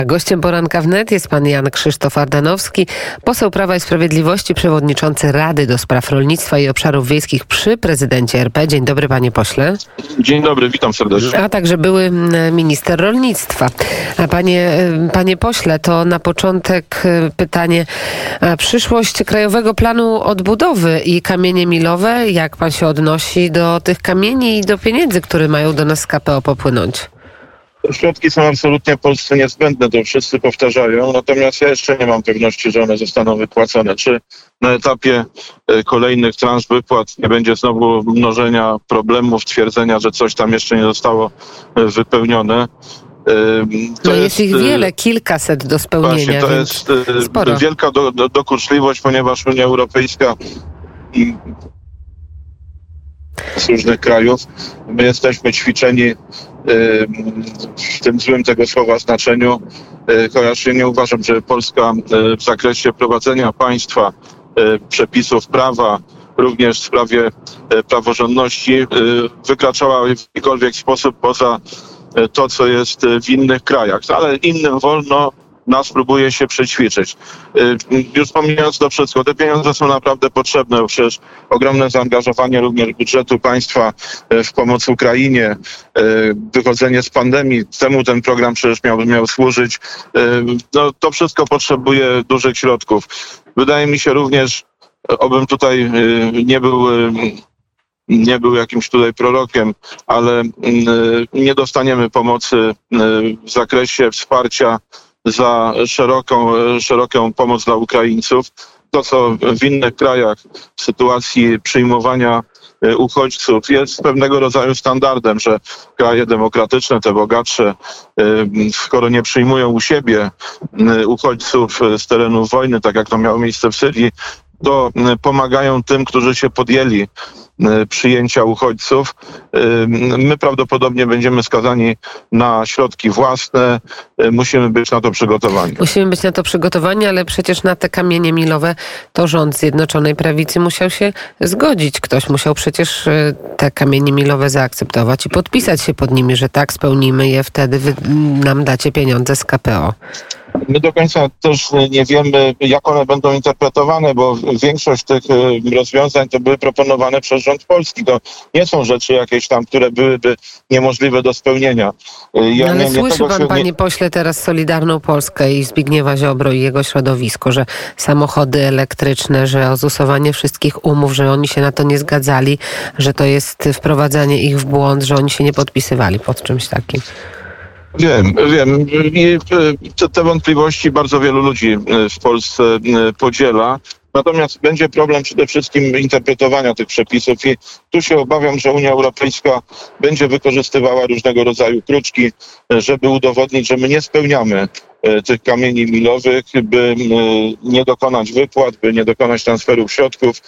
Gościem poranka wnet jest pan Jan Krzysztof Ardanowski, poseł Prawa i Sprawiedliwości, przewodniczący Rady do Spraw Rolnictwa i Obszarów Wiejskich przy prezydencie RP. Dzień dobry, panie pośle. Dzień dobry, witam serdecznie. A także były minister rolnictwa. A panie pośle, to na początek pytanie. Przyszłość Krajowego Planu Odbudowy i kamienie milowe. Jak pan się odnosi do tych kamieni i do pieniędzy, które mają do nas z KPO popłynąć? Środki są absolutnie Polsce niezbędne, to wszyscy powtarzają, natomiast ja jeszcze nie mam pewności, że one zostaną wypłacone. Czy na etapie kolejnych transz wypłat nie będzie znowu mnożenia problemów, twierdzenia, że coś tam jeszcze nie zostało wypełnione? To jest ich wiele, kilkaset do spełnienia. Właśnie, to jest sporo. Wielka dokuczliwość, ponieważ Unia Europejska z różnych krajów. My jesteśmy ćwiczeni w tym złym tego słowa znaczeniu. Chociaż ja nie uważam, że Polska w zakresie prowadzenia państwa, przepisów prawa, również w sprawie praworządności wykraczała w jakikolwiek sposób poza to, co jest w innych krajach. Ale innym wolno, nas próbuje się przećwiczyć. Już pomijając to wszystko, te pieniądze są naprawdę potrzebne, bo przecież ogromne zaangażowanie również budżetu państwa w pomoc Ukrainie, wychodzenie z pandemii, temu ten program przecież miał służyć. No, to wszystko potrzebuje dużych środków. Wydaje mi się również, obym tutaj nie był jakimś tutaj prorokiem, ale nie dostaniemy pomocy w zakresie wsparcia za szeroką pomoc dla Ukraińców. To, co w innych krajach w sytuacji przyjmowania uchodźców jest pewnego rodzaju standardem, że kraje demokratyczne, te bogatsze, skoro nie przyjmują u siebie uchodźców z terenów wojny, tak jak to miało miejsce w Syrii, to pomagają tym, którzy się podjęli przyjęcia uchodźców. My prawdopodobnie będziemy skazani na środki własne. Musimy być na to przygotowani. Musimy być na to przygotowani, ale przecież na te kamienie milowe to rząd Zjednoczonej Prawicy musiał się zgodzić. Ktoś musiał przecież te kamienie milowe zaakceptować i podpisać się pod nimi, że tak, spełnimy je, wtedy wy nam dacie pieniądze z KPO. My do końca też nie wiemy, jak one będą interpretowane, bo większość tych rozwiązań to były proponowane przez rząd polski. To nie są rzeczy jakieś tam, które byłyby niemożliwe do spełnienia. Słyszy pan, panie pośle, teraz Solidarną Polskę i Zbigniewa Ziobro i jego środowisko, że samochody elektryczne, że ozusowanie wszystkich umów, że oni się na to nie zgadzali, że to jest wprowadzanie ich w błąd, że oni się nie podpisywali pod czymś takim. Wiem. I te wątpliwości bardzo wielu ludzi w Polsce podziela. Natomiast będzie problem przede wszystkim interpretowania tych przepisów i tu się obawiam, że Unia Europejska będzie wykorzystywała różnego rodzaju kruczki, żeby udowodnić, że my nie spełniamy tych kamieni milowych, by nie dokonać wypłat, by nie dokonać transferów środków.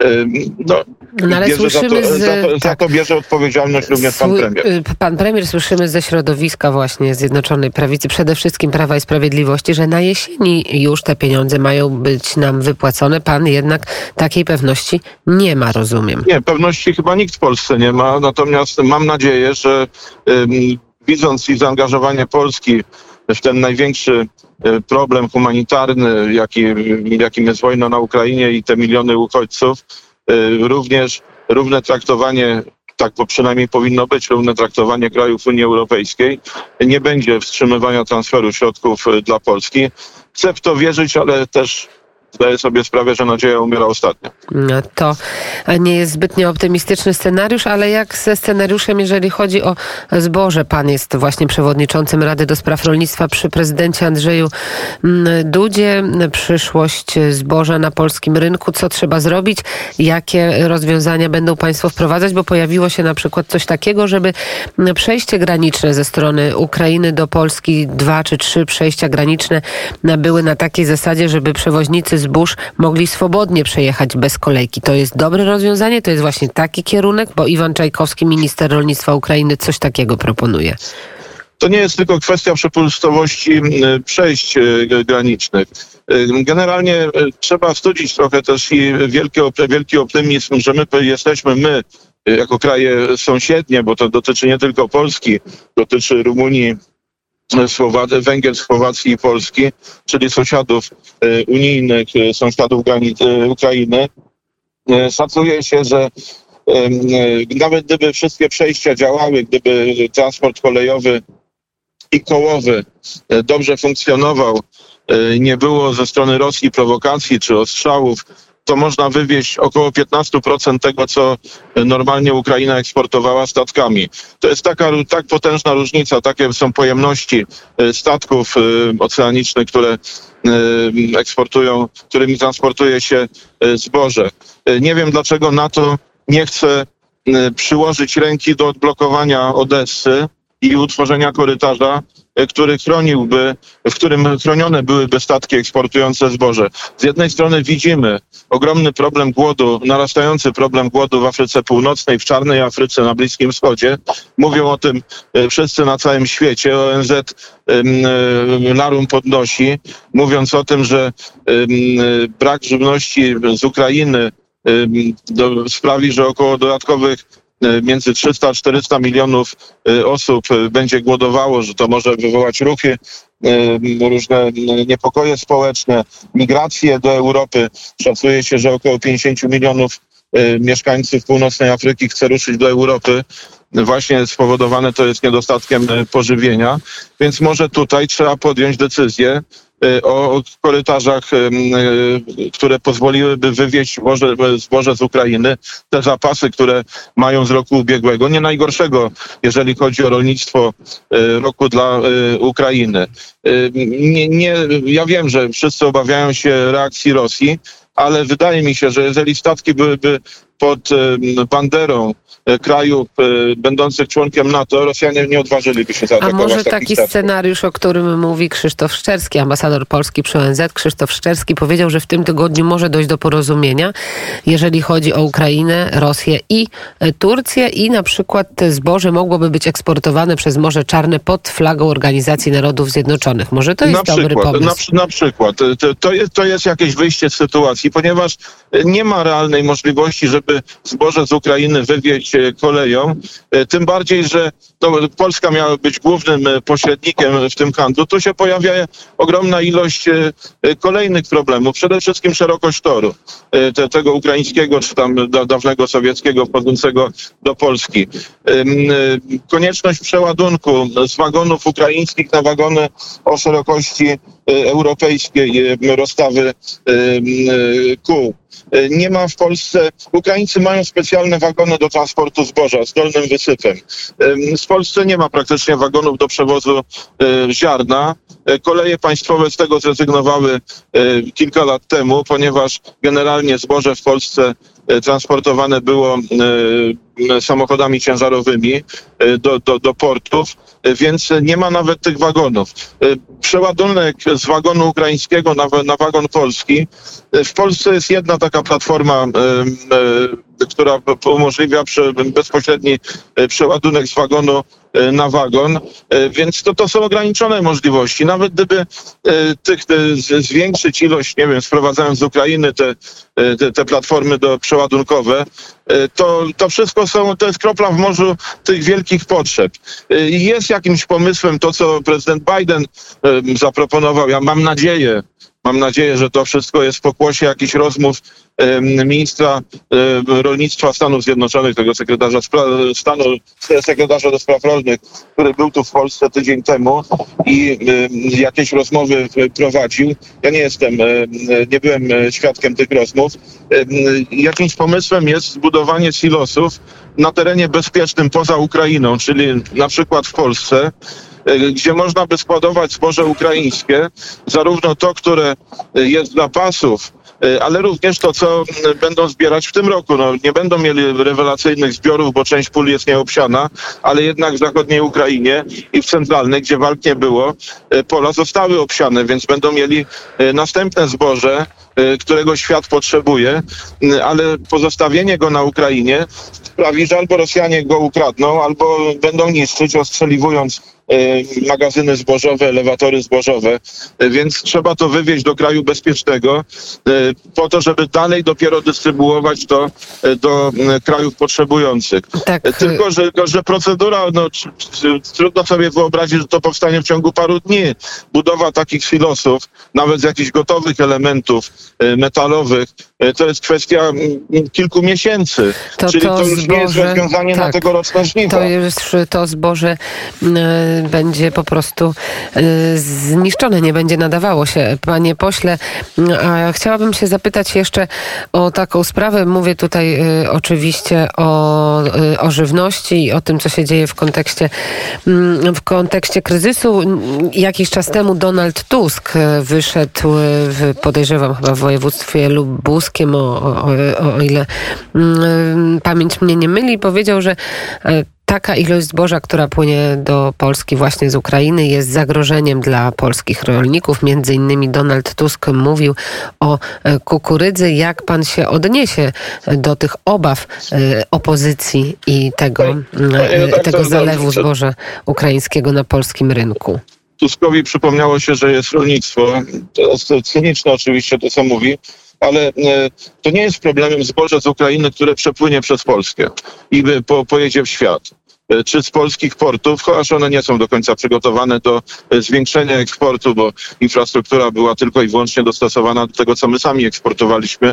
Ale słyszymy za to bierze odpowiedzialność również pan premier. Pan premier, słyszymy ze środowiska właśnie Zjednoczonej Prawicy, przede wszystkim Prawa i Sprawiedliwości, że na jesieni już te pieniądze mają być nam wypłacone. Pan jednak takiej pewności nie ma, rozumiem. Nie, pewności chyba nikt w Polsce nie ma, natomiast mam nadzieję, że widząc i zaangażowanie Polski w ten największy problem humanitarny, jakim jest wojna na Ukrainie i te miliony uchodźców, również równe traktowanie, tak przynajmniej powinno być, równe traktowanie krajów Unii Europejskiej, nie będzie wstrzymywania transferu środków dla Polski. Chcę w to wierzyć, ale też zdaję sobie sprawę, że nadzieja umiera ostatnio. No to nie jest zbytnio optymistyczny scenariusz, ale jak ze scenariuszem, jeżeli chodzi o zboże? Pan jest właśnie przewodniczącym Rady do Spraw Rolnictwa przy prezydencie Andrzeju Dudzie. Przyszłość zboża na polskim rynku. Co trzeba zrobić? Jakie rozwiązania będą państwo wprowadzać? Bo pojawiło się na przykład coś takiego, żeby przejście graniczne ze strony Ukrainy do Polski, 2 czy 3 przejścia graniczne były na takiej zasadzie, żeby przewoźnicy zbóż mogli swobodnie przejechać bez kolejki. To jest dobre rozwiązanie? To jest właśnie taki kierunek? Bo Iwan Czajkowski, minister rolnictwa Ukrainy, coś takiego proponuje. To nie jest tylko kwestia przepustowości przejść granicznych. Generalnie trzeba studzić trochę też i wielki optymizm, że my jako kraje sąsiednie, bo to dotyczy nie tylko Polski, dotyczy Rumunii, Węgier, Słowacji i Polski, czyli sąsiadów unijnych, sąsiadów Ukrainy. Szacuje się, że nawet gdyby wszystkie przejścia działały, gdyby transport kolejowy i kołowy dobrze funkcjonował, nie było ze strony Rosji prowokacji czy ostrzałów, to można wywieźć około 15% tego, co normalnie Ukraina eksportowała statkami. To jest tak potężna różnica, takie są pojemności statków oceanicznych, które eksportują, którymi transportuje się zboże. Nie wiem, dlaczego NATO nie chce przyłożyć ręki do odblokowania Odessy i utworzenia korytarza, w którym chronione byłyby statki eksportujące zboże. Z jednej strony widzimy ogromny problem głodu, narastający problem głodu w Afryce Północnej, w Czarnej Afryce, na Bliskim Wschodzie. Mówią o tym wszyscy na całym świecie. ONZ larum podnosi, mówiąc o tym, że brak żywności z Ukrainy sprawi, że około dodatkowych między 300 a 400 milionów osób będzie głodowało, że to może wywołać ruchy, różne niepokoje społeczne, migracje do Europy. Szacuje się, że około 50 milionów mieszkańców północnej Afryki chce ruszyć do Europy. Właśnie spowodowane to jest niedostatkiem pożywienia, więc może tutaj trzeba podjąć decyzję o korytarzach, które pozwoliłyby wywieźć zboże z Ukrainy, te zapasy, które mają z roku ubiegłego, nie najgorszego, jeżeli chodzi o rolnictwo roku dla Ukrainy. Ja wiem, że wszyscy obawiają się reakcji Rosji, ale wydaje mi się, że jeżeli statki byłyby pod banderą krajów będących członkiem NATO, Rosjanie nie odważyliby się zaatakować. A może taki scenariusz, o którym mówi Krzysztof Szczerski, ambasador Polski przy ONZ. Krzysztof Szczerski powiedział, że w tym tygodniu może dojść do porozumienia, jeżeli chodzi o Ukrainę, Rosję i Turcję i na przykład zboże mogłoby być eksportowane przez Morze Czarne pod flagą Organizacji Narodów Zjednoczonych. Może to jest dobry pomysł? Na przykład. To jest jakieś wyjście z sytuacji, ponieważ nie ma realnej możliwości, żeby zboże z Ukrainy wywieźć koleją. Tym bardziej, że Polska miała być głównym pośrednikiem w tym handlu. Tu się pojawia ogromna ilość kolejnych problemów. Przede wszystkim szerokość toru, tego ukraińskiego czy tam dawnego sowieckiego wchodzącego do Polski. Konieczność przeładunku z wagonów ukraińskich na wagony o szerokości europejskiej rozstawy kół. Nie ma w Polsce, Ukraińcy mają specjalne wagony do transportu zboża z dolnym wysypem. W Polsce nie ma praktycznie wagonów do przewozu ziarna. Koleje państwowe z tego zrezygnowały kilka lat temu, ponieważ generalnie zboże w Polsce transportowane było samochodami ciężarowymi do portów, więc nie ma nawet tych wagonów. Przeładunek z wagonu ukraińskiego na wagon polski. W Polsce jest jedna taka platforma, która umożliwia bezpośredni przeładunek z wagonu na wagon, więc to są ograniczone możliwości. Nawet gdyby zwiększyć ilość, nie wiem, sprowadzając z Ukrainy te platformy przeładunkowe, to wszystko to jest kropla w morzu tych wielkich potrzeb. Jest jakimś pomysłem to, co prezydent Biden zaproponował. Ja mam nadzieję, że to wszystko jest w pokłosie jakichś rozmów ministra rolnictwa Stanów Zjednoczonych, tego sekretarza do spraw rolnych, który był tu w Polsce tydzień temu i jakieś rozmowy prowadził. Ja nie byłem świadkiem tych rozmów. Jakimś pomysłem jest zbudowanie silosów na terenie bezpiecznym poza Ukrainą, czyli na przykład w Polsce, gdzie można by składować zboże ukraińskie, zarówno to, które jest dla pasów, ale również to, co będą zbierać w tym roku. Nie będą mieli rewelacyjnych zbiorów, bo część pól jest nieobsiana, ale jednak w zachodniej Ukrainie i w centralnej, gdzie walk nie było, pola zostały obsiane, więc będą mieli następne zboże, którego świat potrzebuje, ale pozostawienie go na Ukrainie sprawi, że albo Rosjanie go ukradną, albo będą niszczyć, ostrzeliwując magazyny zbożowe, elewatory zbożowe, więc trzeba to wywieźć do kraju bezpiecznego po to, żeby dalej dopiero dystrybuować to do krajów potrzebujących. Tak. Tylko, że procedura, trudno sobie wyobrazić, że to powstanie w ciągu paru dni. Budowa takich silosów, nawet z jakichś gotowych elementów metalowych, to jest kwestia kilku miesięcy. Czyli to już nie jest rozwiązanie na tegoroczne żniwa. To zboże będzie po prostu zniszczone, nie będzie nadawało się. Panie pośle, a chciałabym się zapytać jeszcze o taką sprawę. Mówię tutaj oczywiście o żywności i o tym, co się dzieje w kontekście kryzysu. Jakiś czas temu Donald Tusk wyszedł, podejrzewam chyba w województwie lubuskim, o ile pamięć mnie nie myli, powiedział, że taka ilość zboża, która płynie do Polski właśnie z Ukrainy, jest zagrożeniem dla polskich rolników. Między innymi Donald Tusk mówił o kukurydzy. Jak pan się odniesie do tych obaw opozycji i tego zalewu zboża ukraińskiego na polskim rynku? Tuskowi przypomniało się, że jest rolnictwo. To jest cyniczne oczywiście to, co mówi, ale to nie jest problemem zboże z Ukrainy, które przepłynie przez Polskę i pojedzie w świat. Czy z polskich portów, chociaż one nie są do końca przygotowane do zwiększenia eksportu, bo infrastruktura była tylko i wyłącznie dostosowana do tego, co my sami eksportowaliśmy.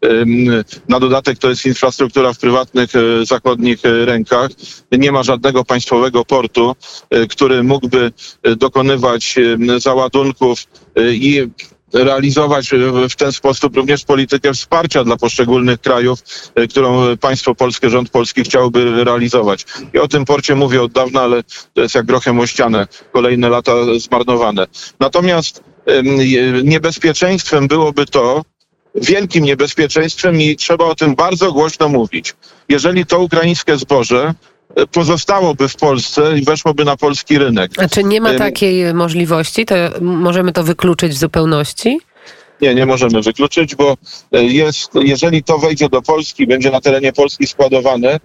Na dodatek to jest infrastruktura w prywatnych, zachodnich rękach. Nie ma żadnego państwowego portu, który mógłby dokonywać załadunków i realizować w ten sposób również politykę wsparcia dla poszczególnych krajów, którą państwo polskie, rząd polski chciałby realizować. I o tym porcie mówię od dawna, ale to jest jak grochem o ścianę. Kolejne lata zmarnowane. Natomiast niebezpieczeństwem byłoby to, wielkim niebezpieczeństwem i trzeba o tym bardzo głośno mówić. Jeżeli to ukraińskie zboże pozostałoby w Polsce i weszłoby na polski rynek. A czy nie ma takiej możliwości? To możemy to wykluczyć w zupełności? Nie możemy wykluczyć, bo jeżeli to wejdzie do Polski, będzie na terenie Polski składowane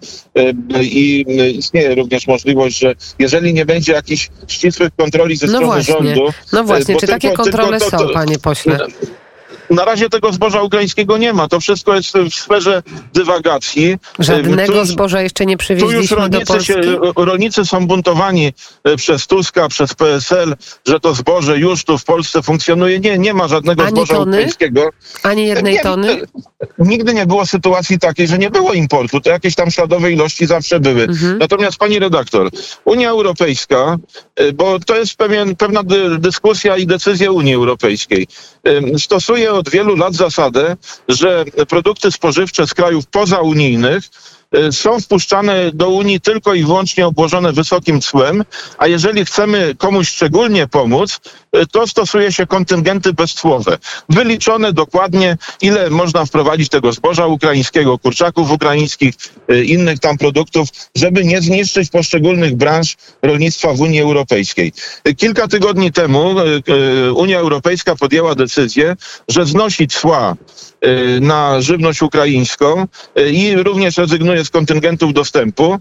i istnieje również możliwość, że jeżeli nie będzie jakichś ścisłych kontroli ze strony rządu... No właśnie, czy takie kontrole są, panie pośle? Na razie tego zboża ukraińskiego nie ma. To wszystko jest w sferze dywagacji. Żadnego zboża jeszcze nie przywieźliśmy do Polski? Rolnicy są buntowani przez Tuska, przez PSL, że to zboże już tu w Polsce funkcjonuje. Nie ma żadnego zboża ukraińskiego. Ani jednej tony? Nigdy nie było sytuacji takiej, że nie było importu. To jakieś tam śladowe ilości zawsze były. Natomiast pani redaktor, Unia Europejska, bo to jest pewna dyskusja i decyzja Unii Europejskiej, stosuje od wielu lat zasadę, że produkty spożywcze z krajów pozaunijnych są wpuszczane do Unii tylko i wyłącznie obłożone wysokim cłem, a jeżeli chcemy komuś szczególnie pomóc, to stosuje się kontyngenty bezcłowe. Wyliczone dokładnie, ile można wprowadzić tego zboża ukraińskiego, kurczaków ukraińskich, innych tam produktów, żeby nie zniszczyć poszczególnych branż rolnictwa w Unii Europejskiej. Kilka tygodni temu Unia Europejska podjęła decyzję, że znosi cła na żywność ukraińską i również rezygnuje z kontyngentów dostępu.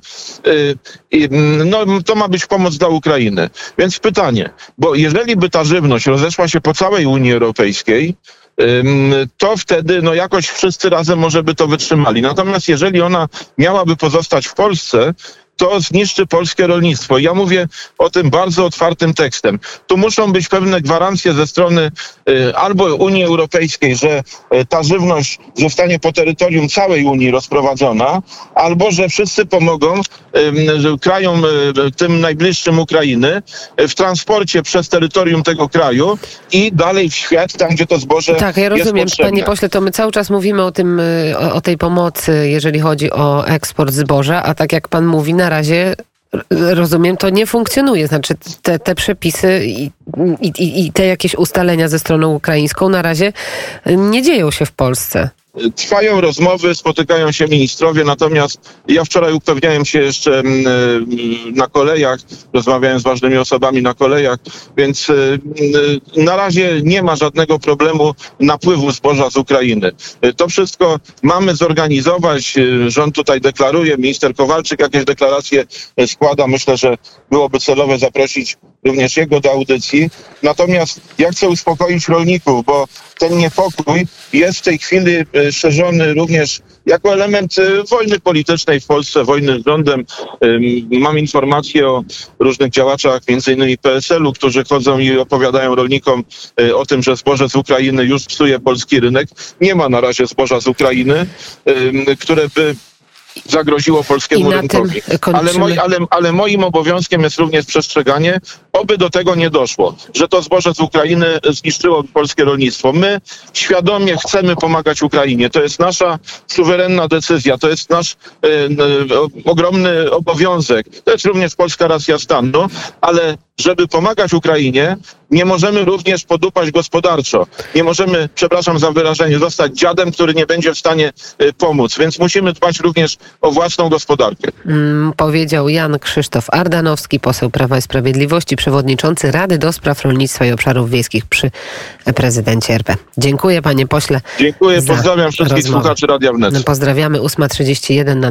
To ma być pomoc dla Ukrainy. Więc pytanie, bo jeżeli by ta żywność rozeszła się po całej Unii Europejskiej, to wtedy jakoś wszyscy razem może by to wytrzymali. Natomiast jeżeli ona miałaby pozostać w Polsce, to zniszczy polskie rolnictwo. Ja mówię o tym bardzo otwartym tekstem. Tu muszą być pewne gwarancje ze strony albo Unii Europejskiej, że ta żywność zostanie po terytorium całej Unii rozprowadzona, albo że wszyscy pomogą krajom tym najbliższym Ukrainy w transporcie przez terytorium tego kraju i dalej w świat, tam gdzie to zboże Tak, ja rozumiem, jest potrzebne. Panie pośle, to my cały czas mówimy o tej pomocy, jeżeli chodzi o eksport zboża, a tak jak pan mówi, na razie rozumiem, to nie funkcjonuje. Znaczy te przepisy i te jakieś ustalenia ze stroną ukraińską na razie nie dzieją się w Polsce. Trwają rozmowy, spotykają się ministrowie, natomiast ja wczoraj upewniałem się jeszcze na kolejach, rozmawiałem z ważnymi osobami na kolejach, więc na razie nie ma żadnego problemu napływu zboża z Ukrainy. To wszystko mamy zorganizować. Rząd tutaj deklaruje, minister Kowalczyk jakieś deklaracje składa. Myślę, że byłoby celowe zaprosić również jego do audycji. Natomiast ja chcę uspokoić rolników, bo ten niepokój jest w tej chwili szerzony również jako element wojny politycznej w Polsce, wojny z rządem. Mam informacje o różnych działaczach, między innymi PSL-u, którzy chodzą i opowiadają rolnikom o tym, że zboże z Ukrainy już psuje polski rynek. Nie ma na razie zboża z Ukrainy, które by zagroziło polskiemu rynkowi. Ale moim obowiązkiem jest również przestrzeganie, oby do tego nie doszło, że to zboże z Ukrainy zniszczyło polskie rolnictwo. My świadomie chcemy pomagać Ukrainie. To jest nasza suwerenna decyzja, to jest nasz ogromny obowiązek. To jest również polska racja stanu, ale żeby pomagać Ukrainie, nie możemy również podupaść gospodarczo. Nie możemy, przepraszam za wyrażenie, zostać dziadem, który nie będzie w stanie pomóc. Więc musimy dbać również o własną gospodarkę. Powiedział Jan Krzysztof Ardanowski, poseł Prawa i Sprawiedliwości, przewodniczący Rady do Spraw Rolnictwa i Obszarów Wiejskich przy prezydencie RP. Dziękuję, panie pośle. Dziękuję, pozdrawiam wszystkich słuchaczy Radia Wnet. Pozdrawiamy. 8:31 na